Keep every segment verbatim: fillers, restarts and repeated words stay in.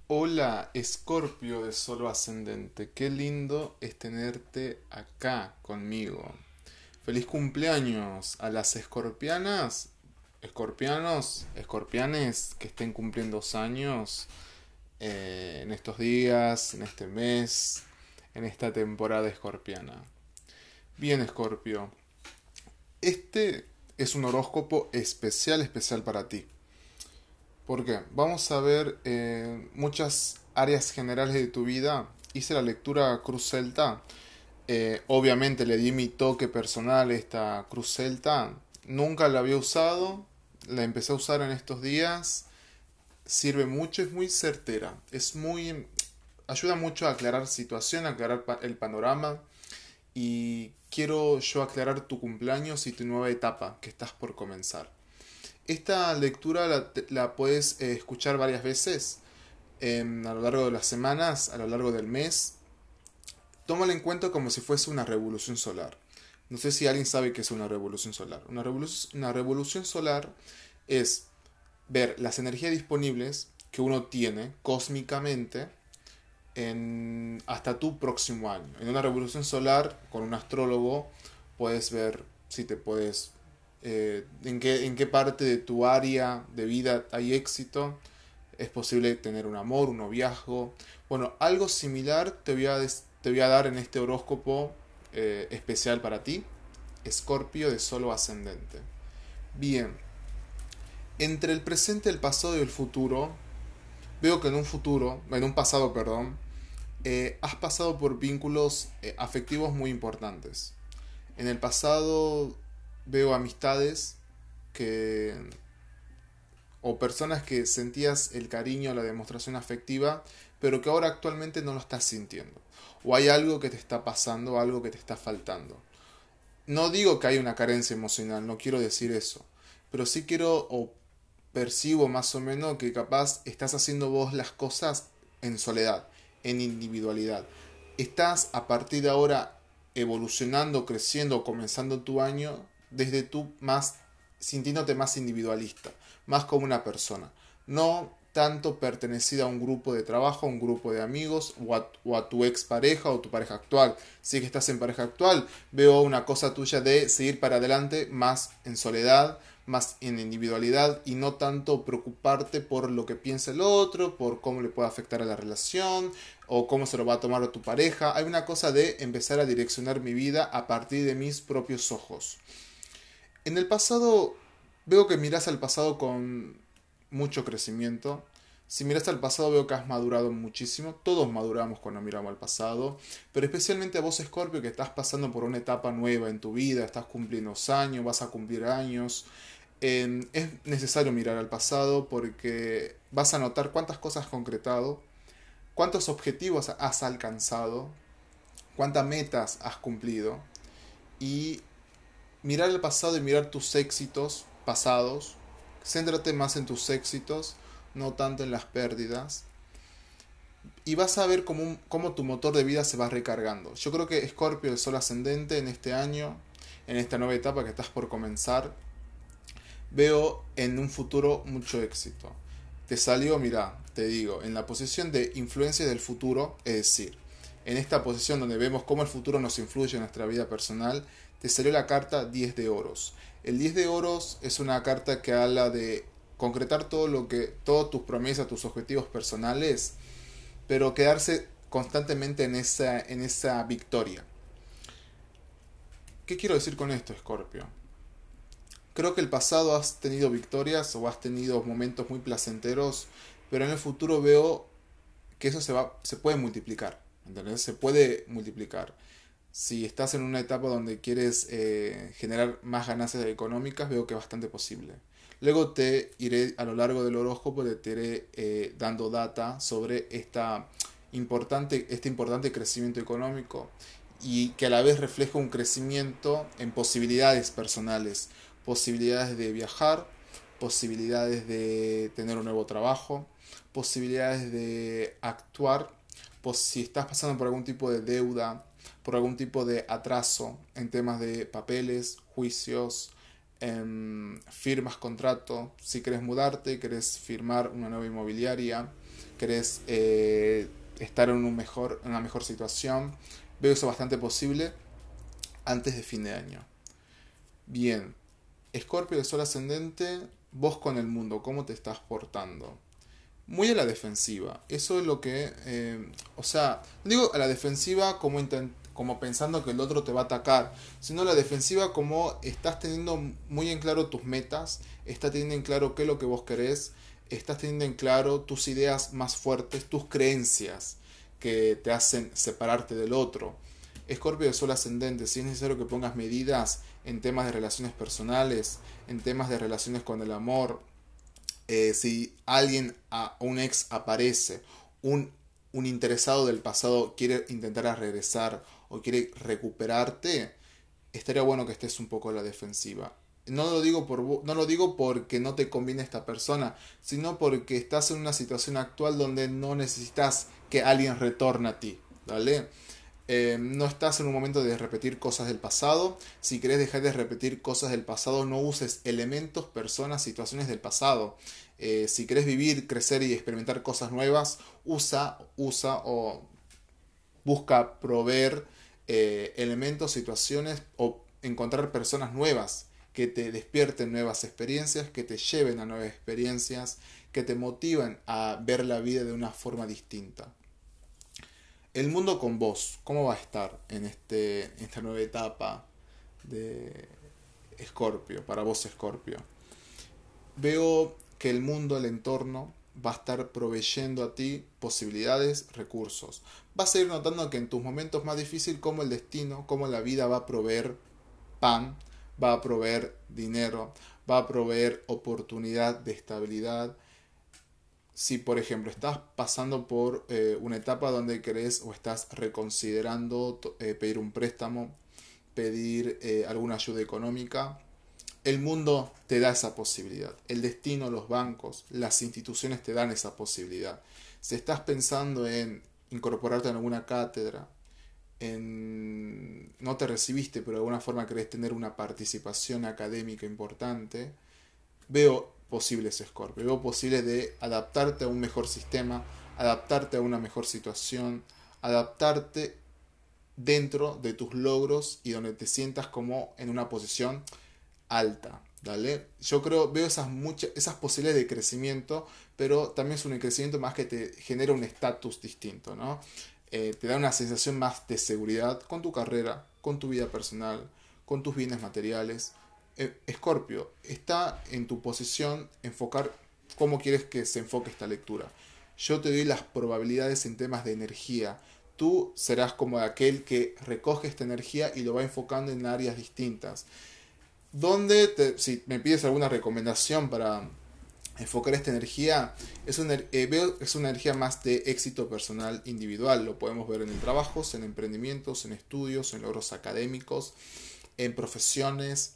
Hola, Escorpio de Solo Ascendente. Qué lindo es tenerte acá conmigo. Feliz cumpleaños a las escorpianas, escorpianos, escorpianes que estén cumpliendo dos años eh, en estos días, en este mes, en esta temporada escorpiana. Bien, Escorpio, este es un horóscopo especial, especial para ti. ¿Por qué? Vamos a ver eh, muchas áreas generales de tu vida. Hice la lectura Cruz Celta. Eh, obviamente le di mi toque personal a esta Cruz Celta. Nunca la había usado. La empecé a usar en estos días. Sirve mucho, es muy certera. Es muy... Ayuda mucho a aclarar situación, a aclarar pa- el panorama. Y quiero yo aclarar tu cumpleaños y tu nueva etapa que estás por comenzar. Esta lectura la, la puedes eh, escuchar varias veces em, a lo largo de las semanas, a lo largo del mes. Tómala en cuenta como si fuese una revolución solar. No sé si alguien sabe qué es una revolución solar. Una, revolu- una revolución solar es ver las energías disponibles que uno tiene cósmicamente en, hasta tu próximo año. En una revolución solar, con un astrólogo, puedes ver si te puedes... eh, en, qué, en qué parte de tu área de vida hay éxito. Es posible tener un amor, un noviazgo. Bueno, algo similar te voy a, des- te voy a dar en este horóscopo eh, especial para ti. Escorpio de solo ascendente. Bien, entre el presente, el pasado y el futuro, veo que en un futuro, en un pasado, perdón, eh, has pasado por vínculos eh, afectivos muy importantes. En el pasado veo amistades que o personas que sentías el cariño, la demostración afectiva, pero que ahora actualmente no lo estás sintiendo. O hay algo que te está pasando, algo que te está faltando. No digo que hay una carencia emocional, no quiero decir eso, pero sí quiero o percibo más o menos que capaz estás haciendo vos las cosas en soledad, en individualidad. Estás a partir de ahora evolucionando, creciendo, comenzando tu año desde tú más, sintiéndote más individualista, más como una persona. No tanto pertenecida a un grupo de trabajo, a un grupo de amigos o a, o a tu expareja o tu pareja actual. Si es que estás en pareja actual, veo una cosa tuya de seguir para adelante más en soledad, más en individualidad y no tanto preocuparte por lo que piensa el otro, por cómo le puede afectar a la relación o cómo se lo va a tomar a tu pareja. Hay una cosa de empezar a direccionar mi vida a partir de mis propios ojos. En el pasado, veo que miras al pasado con mucho crecimiento. Si miras al pasado veo que has madurado muchísimo. Todos maduramos cuando miramos al pasado. Pero especialmente a vos, Scorpio, que estás pasando por una etapa nueva en tu vida. Estás cumpliendo años, vas a cumplir años. Eh, es necesario mirar al pasado porque vas a notar cuántas cosas has concretado, cuántos objetivos has alcanzado, cuántas metas has cumplido. Y mirar el pasado y mirar tus éxitos pasados. Céntrate más en tus éxitos, no tanto en las pérdidas. Y vas a ver cómo, un- cómo tu motor de vida se va recargando. Yo creo que Scorpio, el sol ascendente en este año, en esta nueva etapa que estás por comenzar, veo en un futuro mucho éxito. Te salió, mira, te digo, en la posición de influencia del futuro, es decir, en esta posición donde vemos cómo el futuro nos influye en nuestra vida personal, te salió la carta diez de oros. El diez de oros es una carta que habla de concretar todo lo que, todas tus promesas, tus objetivos personales, pero quedarse constantemente en esa, en esa victoria. ¿Qué quiero decir con esto, Scorpio? Creo que el pasado has tenido victorias o has tenido momentos muy placenteros, pero en el futuro veo que eso se va, se puede multiplicar, ¿entendés? Se puede multiplicar. Si estás en una etapa donde quieres eh, generar más ganancias económicas, veo que es bastante posible. Luego te iré a lo largo del horóscopo, te iré eh, dando data sobre esta importante, este importante crecimiento económico y que a la vez refleja un crecimiento en posibilidades personales, posibilidades de viajar, posibilidades de tener un nuevo trabajo, posibilidades de actuar, pues si estás pasando por algún tipo de deuda, por algún tipo de atraso en temas de papeles, juicios, em, firmas contrato, si querés mudarte, querés firmar una nueva inmobiliaria, querés eh, estar en, un mejor, en una mejor situación. Veo eso bastante posible antes de fin de año. Bien, Escorpio de Sol ascendente, vos con el mundo, ¿cómo te estás portando? Muy a la defensiva. Eso es lo que... Eh, o sea, no digo a la defensiva como, intent, como pensando que el otro te va a atacar, sino a la defensiva como estás teniendo muy en claro tus metas, estás teniendo en claro qué es lo que vos querés, estás teniendo en claro tus ideas más fuertes, tus creencias que te hacen separarte del otro. Escorpio de Sol ascendente, si es necesario que pongas medidas en temas de relaciones personales, en temas de relaciones con el amor, eh, si alguien, a, un ex aparece, un, un interesado del pasado quiere intentar regresar o quiere recuperarte, estaría bueno que estés un poco a la defensiva. No lo digo por no lo digo porque no te conviene esta persona, sino porque estás en una situación actual donde no necesitas que alguien retorne a ti, ¿vale? Eh, no estás en un momento de repetir cosas del pasado. Si querés dejar de repetir cosas del pasado, no uses elementos, personas, situaciones del pasado. Eh, si querés vivir, crecer y experimentar cosas nuevas, usa, usa o busca proveer eh, elementos, situaciones o encontrar personas nuevas que te despierten nuevas experiencias, que te lleven a nuevas experiencias, que te motiven a ver la vida de una forma distinta. El mundo con vos, ¿cómo va a estar en, este, en esta nueva etapa de Escorpio, para vos Escorpio? Veo que el mundo, el entorno, va a estar proveyendo a ti posibilidades, recursos. Vas a ir notando que en tus momentos más difíciles, como el destino, como la vida va a proveer pan, va a proveer dinero, va a proveer oportunidad de estabilidad. Si, por ejemplo, estás pasando por eh, una etapa donde querés o estás reconsiderando eh, pedir un préstamo, pedir eh, alguna ayuda económica, el mundo te da esa posibilidad. El destino, los bancos, las instituciones te dan esa posibilidad. Si estás pensando en incorporarte en alguna cátedra, en... no te recibiste, pero de alguna forma querés tener una participación académica importante, veo posibles Scorpio, veo posibles de adaptarte a un mejor sistema, adaptarte a una mejor situación, adaptarte dentro de tus logros y donde te sientas como en una posición alta, ¿vale? Yo creo, veo esas, muchas, esas posibilidades de crecimiento, pero también es un crecimiento más que te genera un estatus distinto, ¿no? Eh, te da una sensación más de seguridad con tu carrera, con tu vida personal, con tus bienes materiales. Escorpio, eh, está en tu posición enfocar cómo quieres que se enfoque esta lectura. Yo te doy las probabilidades en temas de energía. Tú serás como aquel que recoge esta energía y lo va enfocando en áreas distintas. Donde, te, si me pides alguna recomendación para enfocar esta energía, es una, eh, veo, es una energía más de éxito personal individual. Lo podemos ver en el trabajo, en emprendimientos, en estudios, en logros académicos, en profesiones,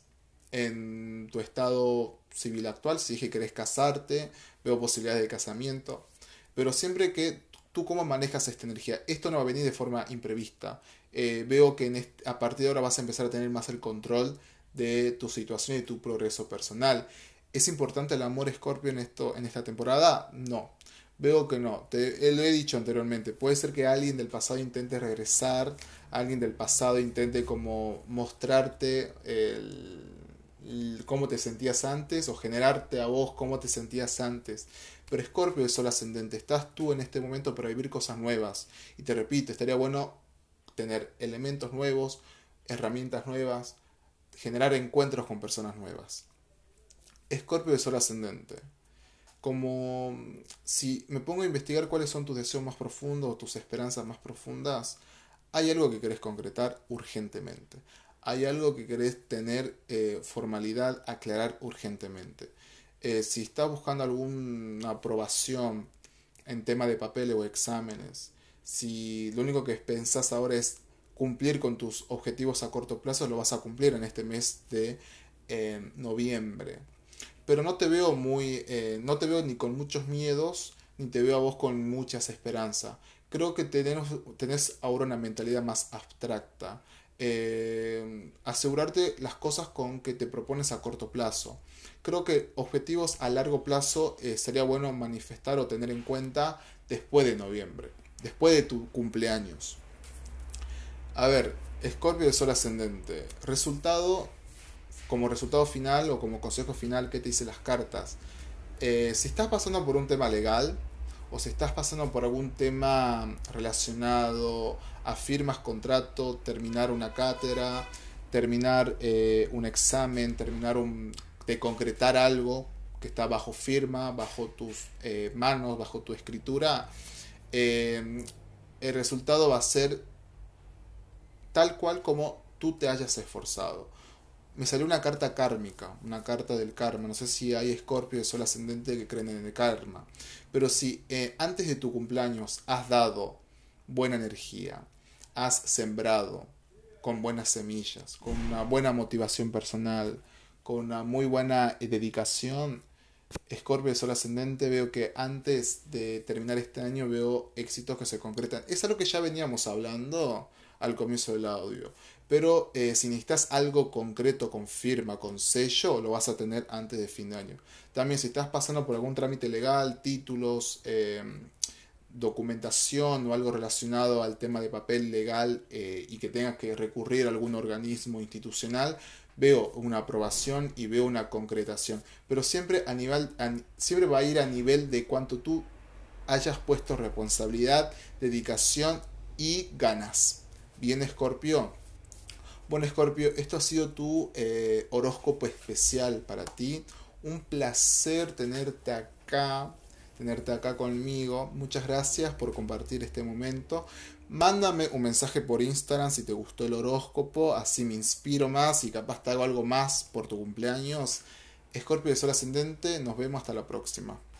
en tu estado civil actual. Si dije que querés casarte, veo posibilidades de casamiento. Pero siempre que tú cómo manejas esta energía, esto no va a venir de forma imprevista. Eh, veo que en este, a partir de ahora vas a empezar a tener más el control de tu situación y tu progreso personal. ¿Es importante el amor Scorpio en, esto, en esta temporada? No. Veo que no. Te, lo he dicho anteriormente. Puede ser que alguien del pasado intente regresar. Alguien del pasado intente como mostrarte el, el, cómo te sentías antes. O generarte a vos cómo te sentías antes. Pero Scorpio es Sol ascendente. Estás tú en este momento para vivir cosas nuevas. Y te repito, estaría bueno tener elementos nuevos, herramientas nuevas, generar encuentros con personas nuevas. Escorpio de Sol ascendente. Como si me pongo a investigar cuáles son tus deseos más profundos o tus esperanzas más profundas, hay algo que querés concretar urgentemente. Hay algo que querés tener eh, formalidad, aclarar urgentemente. Eh, si estás buscando alguna aprobación en tema de papeles o exámenes, si lo único que pensás ahora es cumplir con tus objetivos a corto plazo, lo vas a cumplir en este mes de eh, noviembre. Pero no te veo muy, eh, no te veo ni con muchos miedos, ni te veo a vos con muchas esperanzas. Creo que tenés, tenés ahora una mentalidad más abstracta. eh, asegurarte las cosas con que te propones a corto plazo. Creo que objetivos a largo plazo eh, sería bueno manifestar o tener en cuenta después de noviembre, después de tu cumpleaños. A ver, Escorpio de Sol ascendente. Resultado, como resultado final o como consejo final, ¿qué te dicen las cartas? Eh, si estás pasando por un tema legal o si estás pasando por algún tema relacionado a firmas, contrato, terminar una cátedra, terminar eh, un examen, terminar un, de concretar algo que está bajo firma, bajo tus eh, manos, bajo tu escritura, eh, el resultado va a ser tal cual como tú te hayas esforzado. Me salió una carta kármica, una carta del karma. No sé si hay Escorpio de Sol ascendente que creen en el karma. Pero si eh, antes de tu cumpleaños has dado buena energía, has sembrado con buenas semillas, con una buena motivación personal, con una muy buena eh, dedicación, Escorpio de Sol ascendente, veo que antes de terminar este año veo éxitos que se concretan. Es algo que ya veníamos hablando al comienzo del audio. Pero eh, si necesitas algo concreto, con firma, con sello, lo vas a tener antes de fin de año. También si estás pasando por algún trámite legal, títulos, eh, documentación o algo relacionado al tema de papel legal eh, y que tengas que recurrir a algún organismo institucional, veo una aprobación y veo una concretación. Pero siempre, a nivel, a, siempre va a ir a nivel de cuánto tú hayas puesto responsabilidad, dedicación y ganas. Bien, Escorpio. Bueno, Escorpio, esto ha sido tu eh, horóscopo especial para ti. Un placer tenerte acá, tenerte acá conmigo. Muchas gracias por compartir este momento. Mándame un mensaje por Instagram si te gustó el horóscopo, así me inspiro más y capaz te hago algo más por tu cumpleaños. Escorpio de Sol ascendente, nos vemos hasta la próxima.